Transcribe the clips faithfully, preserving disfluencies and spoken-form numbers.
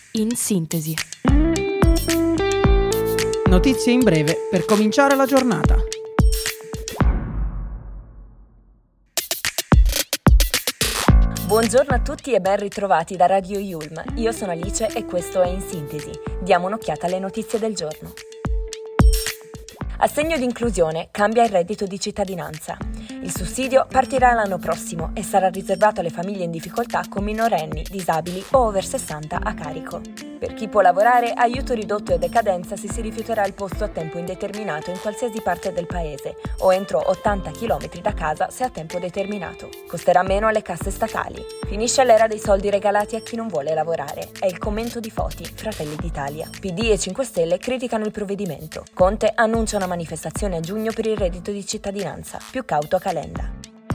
in sintesi. Notizie in breve per cominciare la giornata. Buongiorno a tutti e ben ritrovati da Radio Yulm. Io sono Alice e questo è In Sintesi. Diamo un'occhiata alle notizie del giorno. Assegno di inclusione, cambia il reddito di cittadinanza. Il sussidio partirà l'anno prossimo e sarà riservato alle famiglie in difficoltà con minorenni, disabili o over sessanta a carico. Per chi può lavorare, aiuto ridotto e decadenza se si rifiuterà il posto a tempo indeterminato in qualsiasi parte del paese o entro ottanta chilometri da casa se a tempo determinato. Costerà meno alle casse statali. Finisce l'era dei soldi regalati a chi non vuole lavorare. È il commento di Foti, Fratelli d'Italia. P D e cinque Stelle criticano il provvedimento. Conte annuncia una manifestazione a giugno per il reddito di cittadinanza, più cauto a Calenda.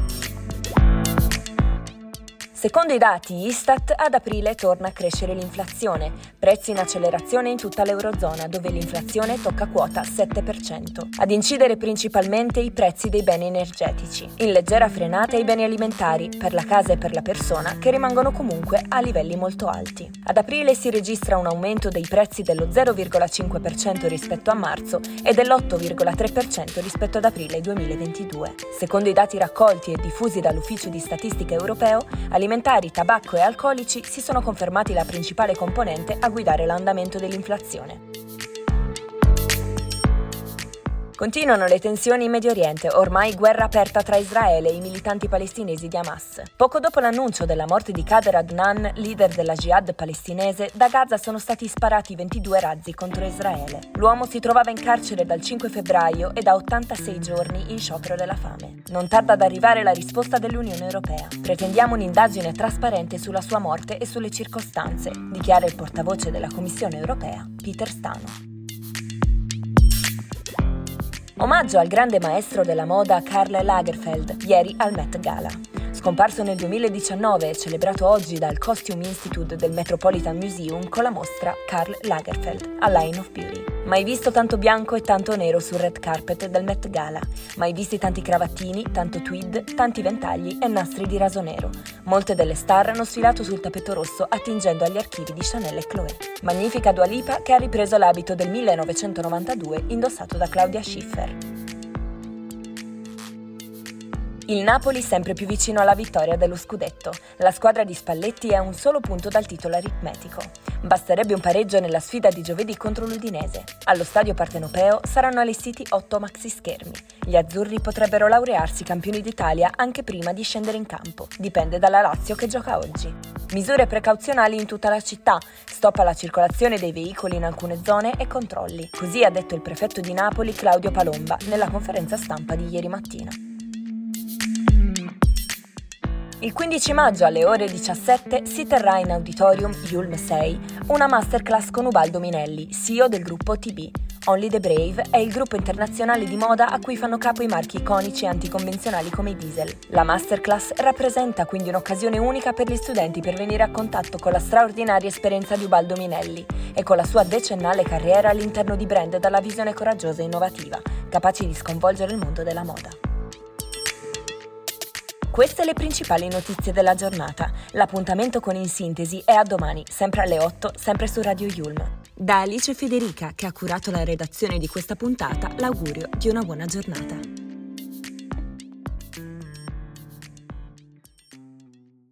Secondo i dati Istat, ad aprile torna a crescere l'inflazione, prezzi in accelerazione in tutta l'Eurozona, dove l'inflazione tocca quota sette per cento. Ad incidere principalmente i prezzi dei beni energetici, in leggera frenata i beni alimentari, per la casa e per la persona, che rimangono comunque a livelli molto alti. Ad aprile si registra un aumento dei prezzi dello zero virgola cinque per cento rispetto a marzo e dell'otto virgola tre per cento rispetto ad aprile duemilaventidue. Secondo i dati raccolti e diffusi dall'Ufficio di Statistica Europeo, alimentari, tabacco e alcolici si sono confermati la principale componente a guidare l'andamento dell'inflazione. Continuano le tensioni in Medio Oriente, ormai guerra aperta tra Israele e i militanti palestinesi di Hamas. Poco dopo l'annuncio della morte di Khader Adnan, leader della Jihad palestinese, da Gaza sono stati sparati ventidue razzi contro Israele. L'uomo si trovava in carcere dal cinque febbraio e da ottantasei giorni in sciopero della fame. Non tarda ad arrivare la risposta dell'Unione Europea. Pretendiamo un'indagine trasparente sulla sua morte e sulle circostanze, dichiara il portavoce della Commissione Europea, Peter Stano. Omaggio al grande maestro della moda Karl Lagerfeld, ieri al Met Gala. Scomparso nel duemiladiciannove e celebrato oggi dal Costume Institute del Metropolitan Museum con la mostra Karl Lagerfeld, A Line of Beauty. Mai visto tanto bianco e tanto nero sul red carpet del Met Gala. Mai visti tanti cravattini, tanto tweed, tanti ventagli e nastri di raso nero. Molte delle star hanno sfilato sul tappeto rosso attingendo agli archivi di Chanel e Chloé. Magnifica Dua Lipa che ha ripreso l'abito del millenovecentonovantadue indossato da Claudia Schiffer. Il Napoli sempre più vicino alla vittoria dello scudetto. La squadra di Spalletti è a un solo punto dal titolo aritmetico. Basterebbe un pareggio nella sfida di giovedì contro l'Udinese. Allo stadio partenopeo saranno allestiti otto maxischermi. Gli azzurri potrebbero laurearsi campioni d'Italia anche prima di scendere in campo. Dipende dalla Lazio che gioca oggi. Misure precauzionali in tutta la città, stop alla circolazione dei veicoli in alcune zone e controlli. Così ha detto il prefetto di Napoli Claudio Palomba nella conferenza stampa di ieri mattina. Il quindici maggio alle ore diciassette si terrà in Auditorium Yulm sei una masterclass con Ubaldo Minelli, C E O del gruppo T B. Only the Brave è il gruppo internazionale di moda a cui fanno capo i marchi iconici e anticonvenzionali come i Diesel. La masterclass rappresenta quindi un'occasione unica per gli studenti per venire a contatto con la straordinaria esperienza di Ubaldo Minelli e con la sua decennale carriera all'interno di brand dalla visione coraggiosa e innovativa, capaci di sconvolgere il mondo della moda. Queste le principali notizie della giornata. L'appuntamento con In Sintesi è a domani, sempre alle otto, sempre su Radio Yulm. Da Alice Federica, che ha curato la redazione di questa puntata, l'augurio di una buona giornata.